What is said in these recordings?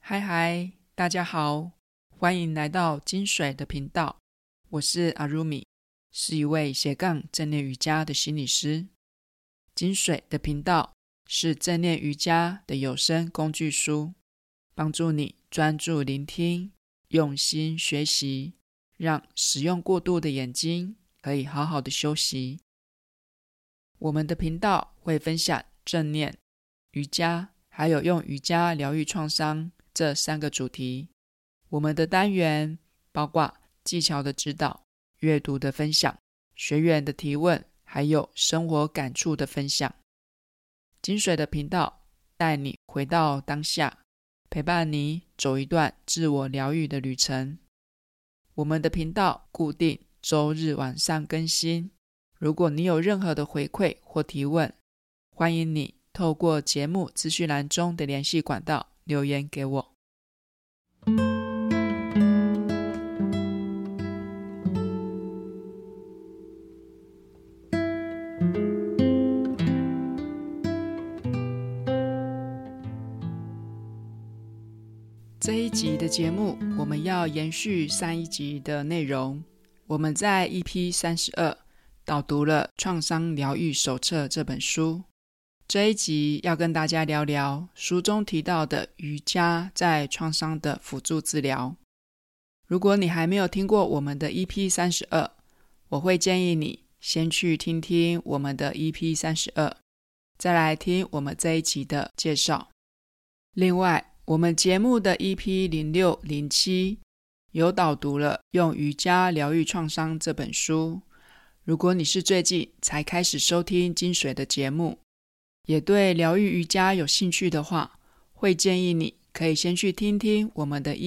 嗨嗨，大家好，欢迎来到金水的频道。我是阿如米，是一位斜杠正念瑜伽的心理师。金水的频道是正念瑜伽的有声工具书，帮助你专注聆听，用心学习，让使用过度的眼睛可以好好的休息。我们的频道会分享正念、瑜伽，还有用瑜伽疗愈创伤这3个主题。我们的单元包括技巧的指导、阅读的分享、学员的提问，还有生活感触的分享。金水的频道带你回到当下，陪伴你走一段自我疗愈的旅程。我们的频道固定周日晚上更新。如果你有任何的回馈或提问，欢迎你透过节目资讯栏中的联系管道留言给我。这一集的节目，我们要延续上一集的内容。我们在 EP32 导读了《创伤疗愈手册》这本书。这一集要跟大家聊聊书中提到的瑜伽在创伤的辅助治疗。如果你还没有听过我们的 EP32， 我会建议你先去听听我们的 EP32， 再来听我们这一集的介绍。另外，我们节目的 EP06、07有导读了《用瑜伽疗愈创伤》这本书。如果你是最近才开始收听金水的节目，也对疗愈瑜伽有兴趣的话，会建议你可以先去听听我们的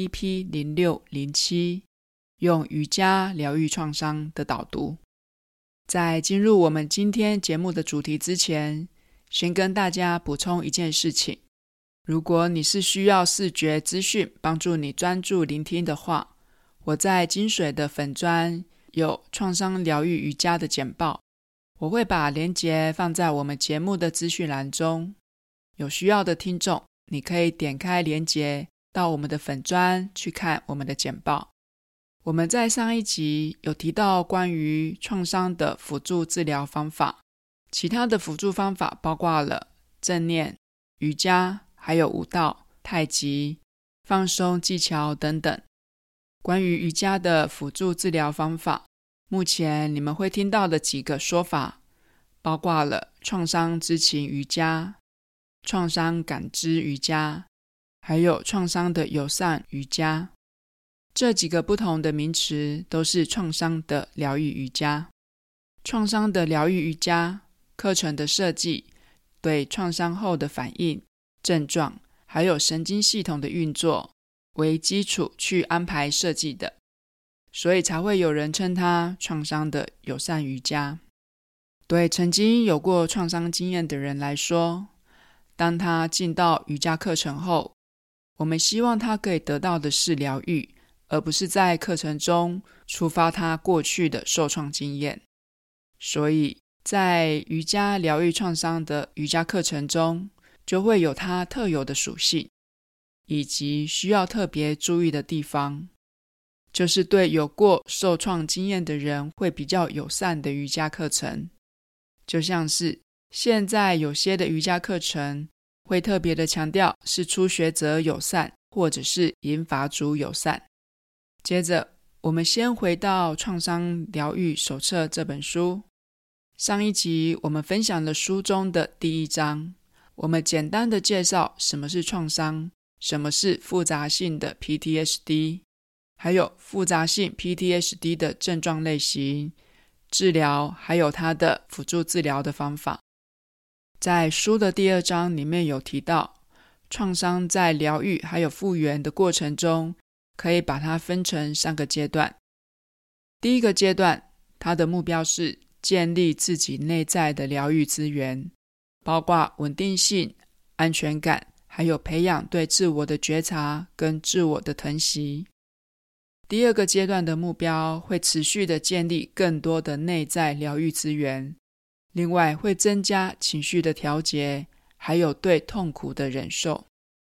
EP06、07用瑜伽疗愈创伤的导读。在进入我们今天节目的主题之前，先跟大家补充一件事情。如果你是需要视觉资讯帮助你专注聆听的话，我在金水的粉专有创伤疗愈瑜伽的简报，我会把连结放在我们节目的资讯栏中。有需要的听众，你可以点开连结到我们的粉专去看我们的简报。我们在上一集有提到关于创伤的辅助治疗方法，其他的辅助方法包括了正念、瑜伽，还有舞蹈、太极、放松技巧等等。关于瑜伽的辅助治疗方法，目前你们会听到的几个说法，包括了创伤知情瑜伽、创伤感知瑜伽，还有创伤的友善瑜伽。这几个不同的名词都是创伤的疗愈瑜伽。创伤的疗愈瑜伽课程的设计，对创伤后的反应、症状，还有神经系统的运作为基础去安排设计的，所以才会有人称它创伤的友善瑜伽。对曾经有过创伤经验的人来说，当他进到瑜伽课程后，我们希望他可以得到的是疗愈，而不是在课程中触发他过去的受创经验。所以在瑜伽疗愈创伤的瑜伽课程中，就会有它特有的属性，以及需要特别注意的地方，就是对有过受创经验的人会比较友善的瑜伽课程。就像是现在有些的瑜伽课程会特别的强调是初学者友善，或者是银发族友善。接着我们先回到《创伤疗愈手册》这本书。上一集我们分享了书中的第1章，我们简单的介绍什么是创伤，什么是复杂性的 PTSD， 还有复杂性 PTSD 的症状类型、治疗，还有它的辅助治疗的方法。在书的第2章里面有提到，创伤在疗愈还有复原的过程中，可以把它分成3个阶段。第一个阶段，它的目标是建立自己内在的疗愈资源，包括稳定性、安全感，还有培养对自我的觉察跟自我的疼惜。第2个阶段的目标会持续的建立更多的内在疗愈资源，另外会增加情绪的调节，还有对痛苦的忍受。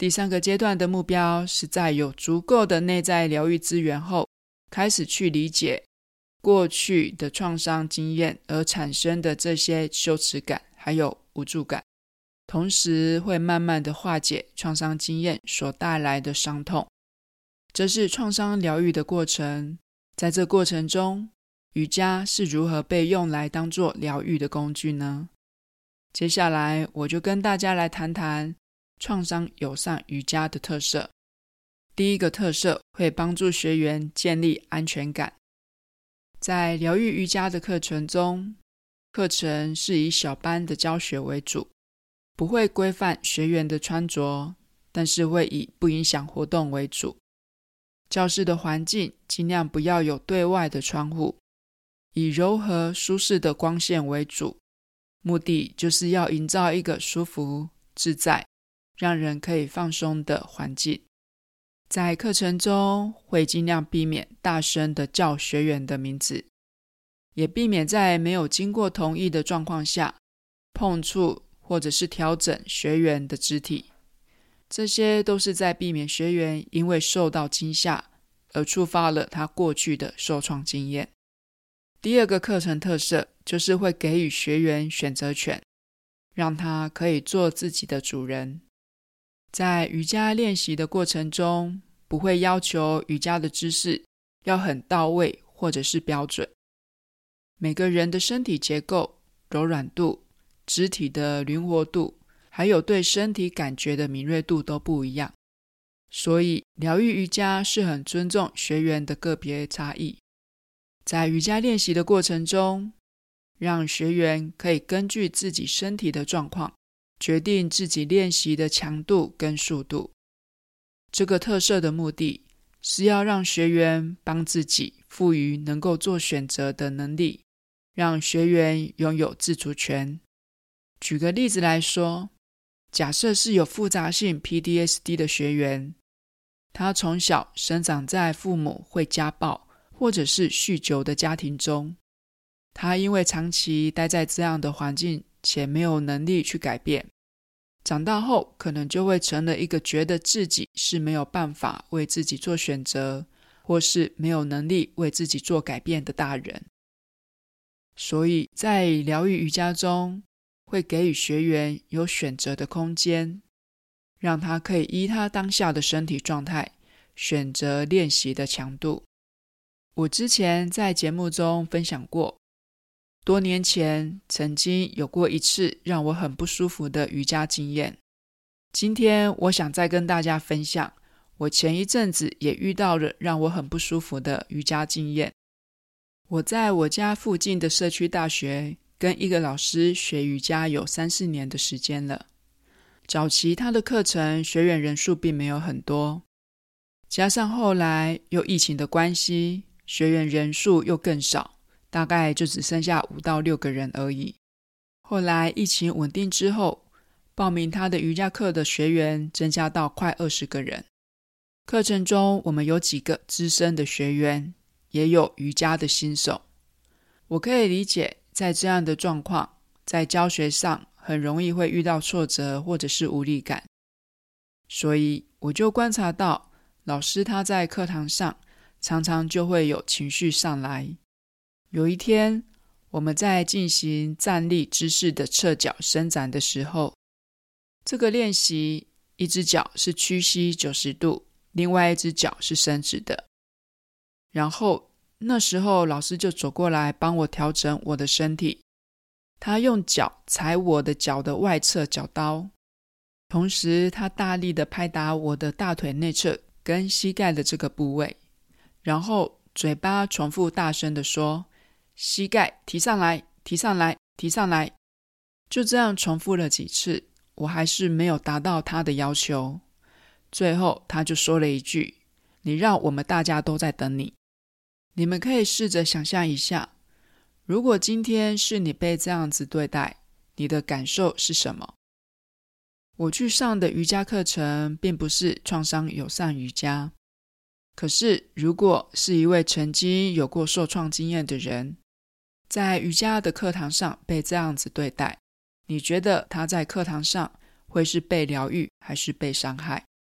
第3个阶段的目标是在有足够的内在疗愈资源后，开始去理解过去的创伤经验而产生的这些羞耻感还有无助感，同时会慢慢的化解创伤经验所带来的伤痛。这是创伤疗愈的过程。在这过程中，瑜伽是如何被用来当作疗愈的工具呢？接下来我就跟大家来谈谈创伤友善瑜伽的特色。第一个特色，会帮助学员建立安全感。在疗愈瑜伽的课程中，课程是以小班的教学为主，不会规范学员的穿着，但是会以不影响活动为主。教室的环境尽量不要有对外的窗户，以柔和舒适的光线为主，目的就是要营造一个舒服自在让人可以放松的环境。在课程中会尽量避免大声的叫学员的名字，也避免在没有经过同意的状况下碰触或者是调整学员的肢体，这些都是在避免学员因为受到惊吓而触发了他过去的受创经验。第二个课程特色就是会给予学员选择权，让他可以做自己的主人。在瑜伽练习的过程中，不会要求瑜伽的姿势要很到位或者是标准。每个人的身体结构、柔软度、肢体的灵活度，还有对身体感觉的敏锐度都不一样，所以疗愈瑜伽是很尊重学员的个别差异。在瑜伽练习的过程中，让学员可以根据自己身体的状况决定自己练习的强度跟速度。这个特色的目的是要让学员帮自己赋予能够做选择的能力，让学员拥有自主权。举个例子来说，假设是有复杂性 PTSD 的学员，他从小生长在父母会家暴或者是酗酒的家庭中，他因为长期待在这样的环境且没有能力去改变，长大后可能就会成了一个觉得自己是没有办法为自己做选择，或是没有能力为自己做改变的大人。所以在疗愈瑜伽中，会给予学员有选择的空间，让他可以依他当下的身体状态选择练习的强度。我之前在节目中分享过，多年前曾经有过一次让我很不舒服的瑜伽经验。今天我想再跟大家分享，我前一阵子也遇到了让我很不舒服的瑜伽经验。我在我家附近的社区大学跟一个老师学瑜伽有3-4年的时间了。早期他的课程学员人数并没有很多，加上后来又疫情的关系，学员人数又更少，大概就只剩下5到6个人而已。后来疫情稳定之后，报名他的瑜伽课的学员增加到快20个人。课程中我们有几个资深的学员，也有瑜伽的新手。我可以理解在这样的状况，在教学上很容易会遇到挫折或者是无力感，所以我就观察到老师他在课堂上常常就会有情绪上来。有一天我们在进行站立姿势的侧脚伸展的时候，这个练习一只脚是屈膝90度，另外一只脚是伸直的。然后那时候老师就走过来帮我调整我的身体，他用脚踩我的脚的外侧脚刀，同时他大力的拍打我的大腿内侧跟膝盖的这个部位，然后嘴巴重复大声的说，膝盖提上来，提上来，提上来。就这样重复了几次，我还是没有达到他的要求。最后他就说了一句，你让我们大家都在等你。你们可以试着想象一下，如果今天是你被这样子对待，你的感受是什么？我去上的瑜伽课程并不是创伤友善瑜伽，可是如果是一位曾经有过受创经验的人，在瑜伽的课堂上被这样子对待，你觉得他在课堂上会是被疗愈还是被伤害？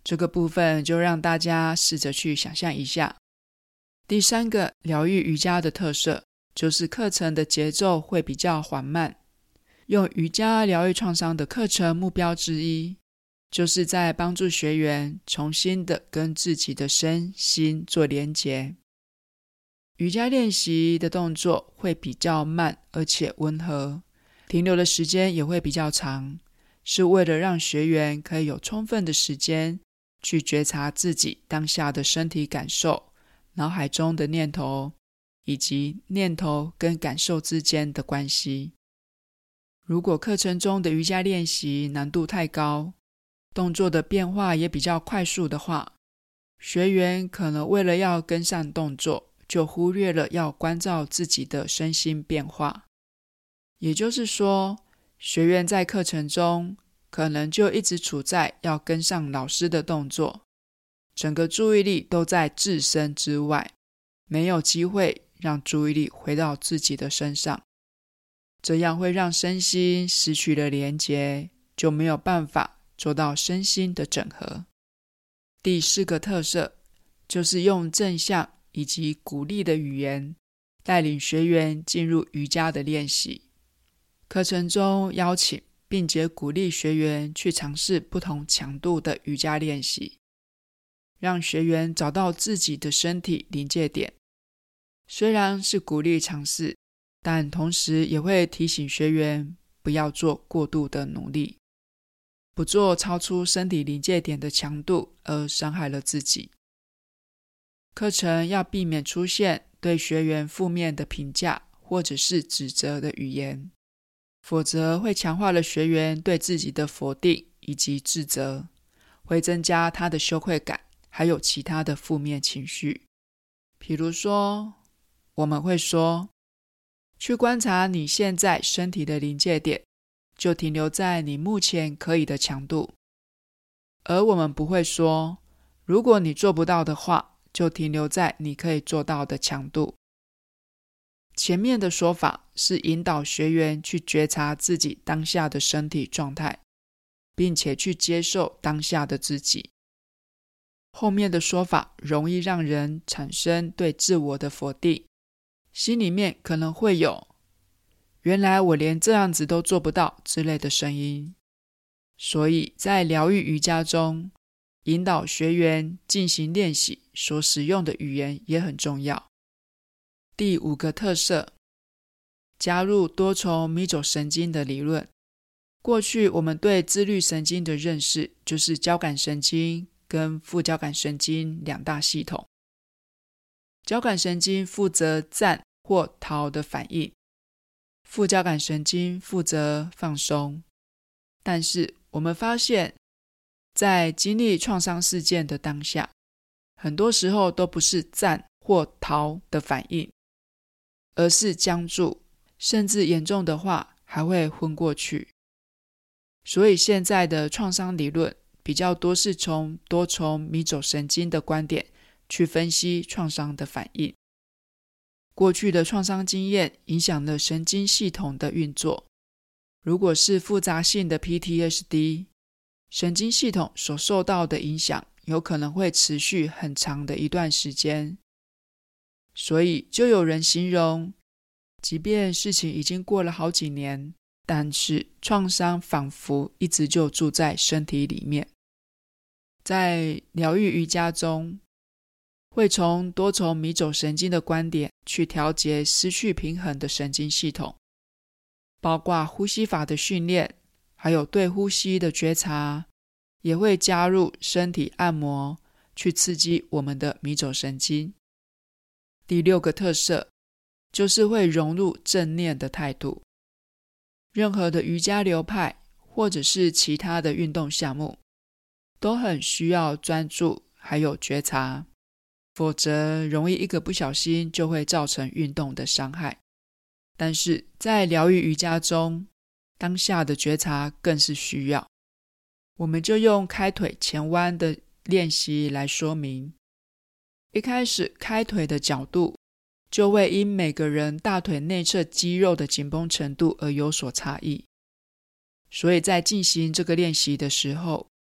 这个部分就让大家试着去想象一下。第三个疗愈瑜伽的特色，就是课程的节奏会比较缓慢。用瑜伽疗愈创伤的课程目标之一，就是在帮助学员重新的跟自己的身心做连结。瑜伽练习的动作会比较慢而且温和，停留的时间也会比较长，是为了让学员可以有充分的时间去觉察自己当下的身体感受、脑海中的念头，以及念头跟感受之间的关系。如果课程中的瑜伽练习难度太高，动作的变化也比较快速的话，学员可能为了要跟上动作，就忽略了要关照自己的身心变化。也就是说，学员在课程中可能就一直处在要跟上老师的动作，整个注意力都在自身之外，没有机会让注意力回到自己的身上。这样会让身心失去了连结，就没有办法做到身心的整合。第四个特色，就是用正向以及鼓励的语言带领学员进入瑜伽的练习。课程中邀请并且鼓励学员去尝试不同强度的瑜伽练习，让学员找到自己的身体临界点。虽然是鼓励尝试，但同时也会提醒学员不要做过度的努力，不做超出身体临界点的强度而伤害了自己。课程要避免出现对学员负面的评价或者是指责的语言，否则会强化了学员对自己的否定以及自责，会增加他的羞愧感，还有其他的负面情绪。比如说，我们会说，去观察你现在身体的临界点，就停留在你目前可以的强度。而我们不会说，如果你做不到的话，就停留在你可以做到的强度。前面的说法是引导学员去觉察自己当下的身体状态，并且去接受当下的自己。后面的说法容易让人产生对自我的否定，心里面可能会有原来我连这样子都做不到之类的声音。所以在疗愈瑜伽中，引导学员进行练习所使用的语言也很重要。第五个特色，加入多重迷走神经的理论。过去我们对自律神经的认识就是交感神经跟副交感神经两大系统。交感神经负责战或逃的反应，副交感神经负责放松。但是我们发现，在经历创伤事件的当下，很多时候都不是战或逃的反应，而是僵住，甚至严重的话还会昏过去。所以现在的创伤理论比较多是从多重迷走神经的观点去分析创伤的反应。过去的创伤经验影响了神经系统的运作，如果是复杂性的 PTSD， 神经系统所受到的影响有可能会持续很长的一段时间。所以就有人形容，即便事情已经过了好几年，但是创伤仿佛一直就住在身体里面。在疗愈瑜伽中，会从多重迷走神经的观点去调节失去平衡的神经系统，包括呼吸法的训练，还有对呼吸的觉察，也会加入身体按摩去刺激我们的迷走神经。第六个特色，就是会融入正念的态度。任何的瑜伽流派或者是其他的运动项目，都很需要专注还有觉察，否则容易一个不小心就会造成运动的伤害。但是在疗愈瑜伽中，当下的觉察更是需要。我们就用开腿前弯的练习来说明。一开始开腿的角度就会因每个人大腿内侧肌肉的紧绷程度而有所差异，所以在进行这个练习的时候，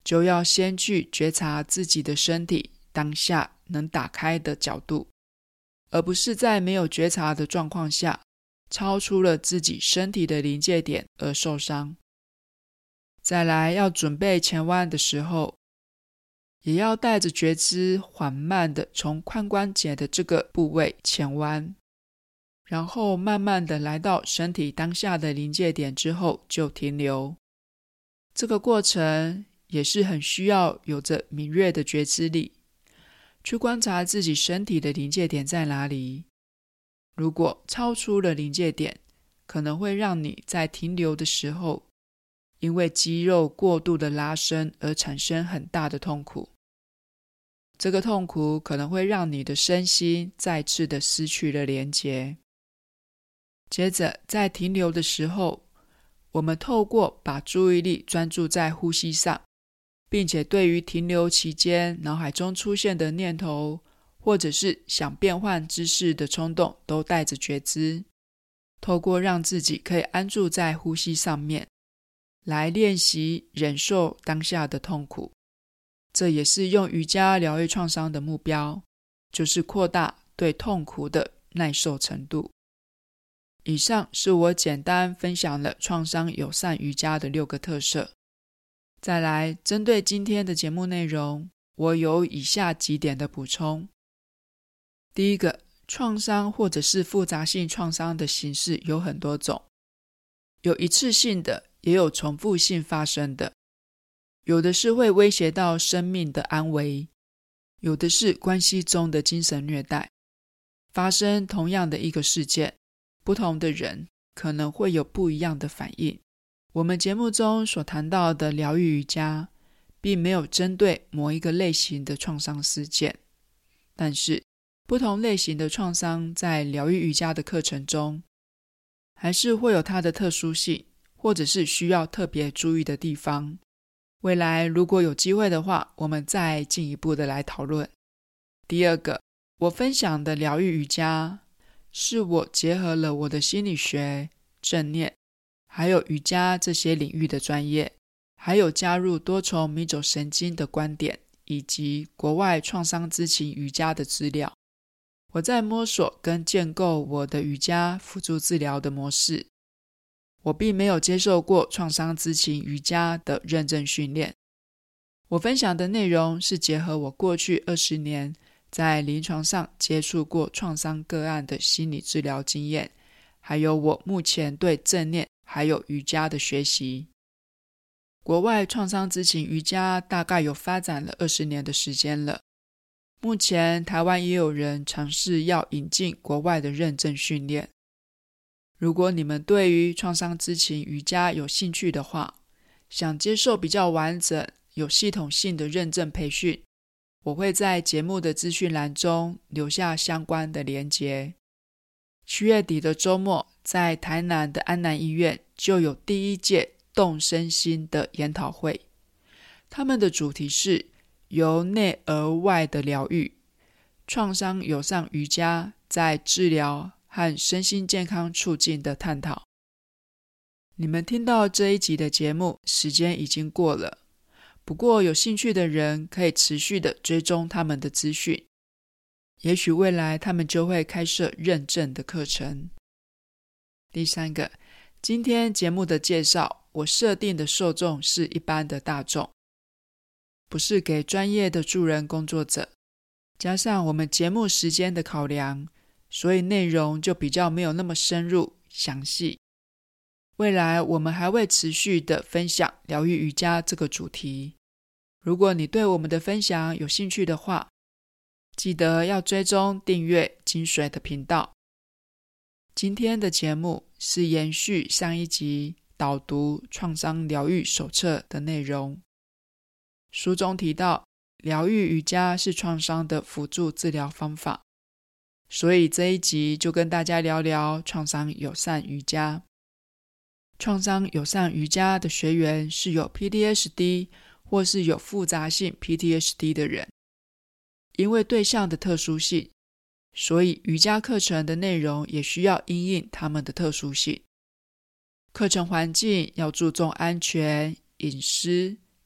就要先去觉察自己的身体当下能打开的角度，而不是在没有觉察的状况下超出了自己身体的临界点而受伤。再来，要准备前弯的时候，也要带着觉知缓慢的从髋关节的这个部位前弯，然后慢慢的来到身体当下的临界点之后就停留。这个过程也是很需要有着敏锐的觉知力，去观察自己身体的临界点在哪里。如果超出了临界点，可能会让你在停留的时候，因为肌肉过度的拉伸而产生很大的痛苦。这个痛苦可能会让你的身心再次的失去了连结。接着在停留的时候，我们透过把注意力专注在呼吸上，并且对于停留期间脑海中出现的念头，或者是想变换姿势的冲动都带着觉知，透过让自己可以安住在呼吸上面，来练习忍受当下的痛苦。这也是用瑜伽疗愈创伤的目标，就是扩大对痛苦的耐受程度。以上是我简单分享了创伤友善瑜伽的6个特色。再来，针对今天的节目内容，我有以下几点的补充。第一个，创伤或者是复杂性创伤的形式有很多种，有一次性的，也有重复性发生的，有的是会威胁到生命的安危，有的是关系中的精神虐待。发生同样的一个事件，不同的人可能会有不一样的反应。我们节目中所谈到的疗愈瑜伽，并没有针对某一个类型的创伤事件，但是不同类型的创伤在疗愈瑜伽的课程中，还是会有它的特殊性，或者是需要特别注意的地方。未来如果有机会的话，我们再进一步的来讨论。第二个，我分享的疗愈瑜伽是我结合了我的心理学、正念还有瑜伽这些领域的专业，还有加入多重迷走神经的观点，以及国外创伤知情瑜伽的资料。我在摸索跟建构我的瑜伽辅助治疗的模式。我并没有接受过创伤知情瑜伽的认证训练。我分享的内容是结合我过去20年在临床上接触过创伤个案的心理治疗经验，还有我目前对正念还有瑜伽的学习。国外创伤知情瑜伽大概有发展了20年的时间了，目前台湾也有人尝试要引进国外的认证训练。如果你们对于创伤知情瑜伽有兴趣的话，想接受比较完整有系统性的认证培训，我会在节目的资讯栏中留下相关的连结。7月底的周末，在台南的安南医院就有第1届动身心的研讨会，他们的主题是由内而外的疗愈，创伤友善瑜伽在治疗和身心健康促进的探讨。你们听到这一集的节目，时间已经过了，不过有兴趣的人可以持续的追踪他们的资讯，也许未来他们就会开设认证的课程。第3个，今天节目的介绍，我设定的受众是一般的大众，不是给专业的助人工作者，加上我们节目时间的考量，所以内容就比较没有那么深入详细。未来我们还会持续的分享疗愈瑜伽这个主题。如果你对我们的分享有兴趣的话，记得要追踪订阅金水的频道。今天的节目是延续上一集导读创伤疗愈手册的内容。书中提到，疗愈瑜伽是创伤的辅助治疗方法，所以这一集就跟大家聊聊创伤友善瑜伽。创伤友善瑜伽的学员是有 PTSD 或是有复杂性 PTSD 的人，因为对象的特殊性，所以瑜伽课程的内容也需要因应他们的特殊性。课程环境要注重安全、隐私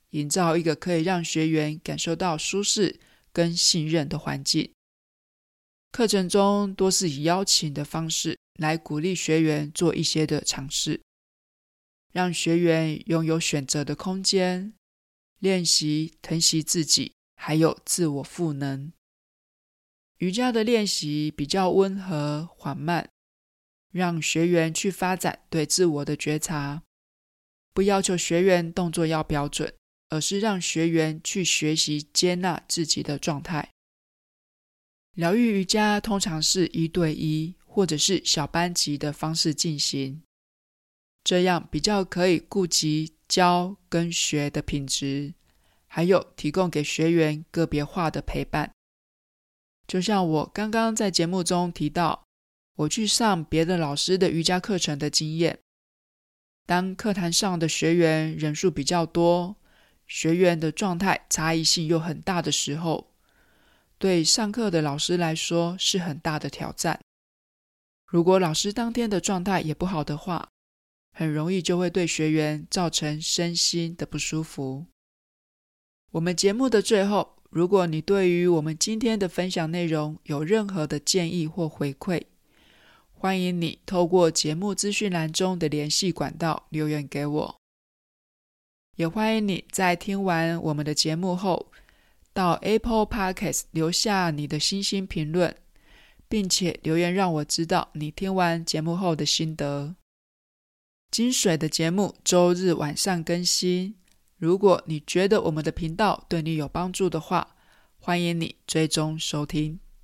营造一个可以让学员感受到舒适跟信任的环境。课程中多是以邀请的方式来鼓励学员做一些的尝试，让学员拥有选择的空间，练习疼惜自己，还有自我赋能。瑜伽的练习比较温和缓慢，让学员去发展对自我的觉察，不要求学员动作要标准，而是让学员去学习接纳自己的状态。疗愈瑜伽通常是1对1或者是小班级的方式进行，这样比较可以顾及教跟学的品质，还有提供给学员个别化的陪伴。就像我刚刚在节目中提到，我去上别的老师的瑜伽课程的经验，当课堂上的学员人数比较多，学员的状态差异性又很大的时候，对上课的老师来说是很大的挑战。如果老师当天的状态也不好的话，很容易就会对学员造成身心的不舒服。我们节目的最后，如果你对于我们今天的分享内容有任何的建议或回馈，欢迎你透过节目资讯栏中的联系管道留言给我。也欢迎你在听完我们的节目后，到 Apple Podcast 留下你的星星评论，并且留言让我知道你听完节目后的心得。金水的节目周日晚上更新，如果你觉得我们的频道对你有帮助的话，欢迎你追踪收听。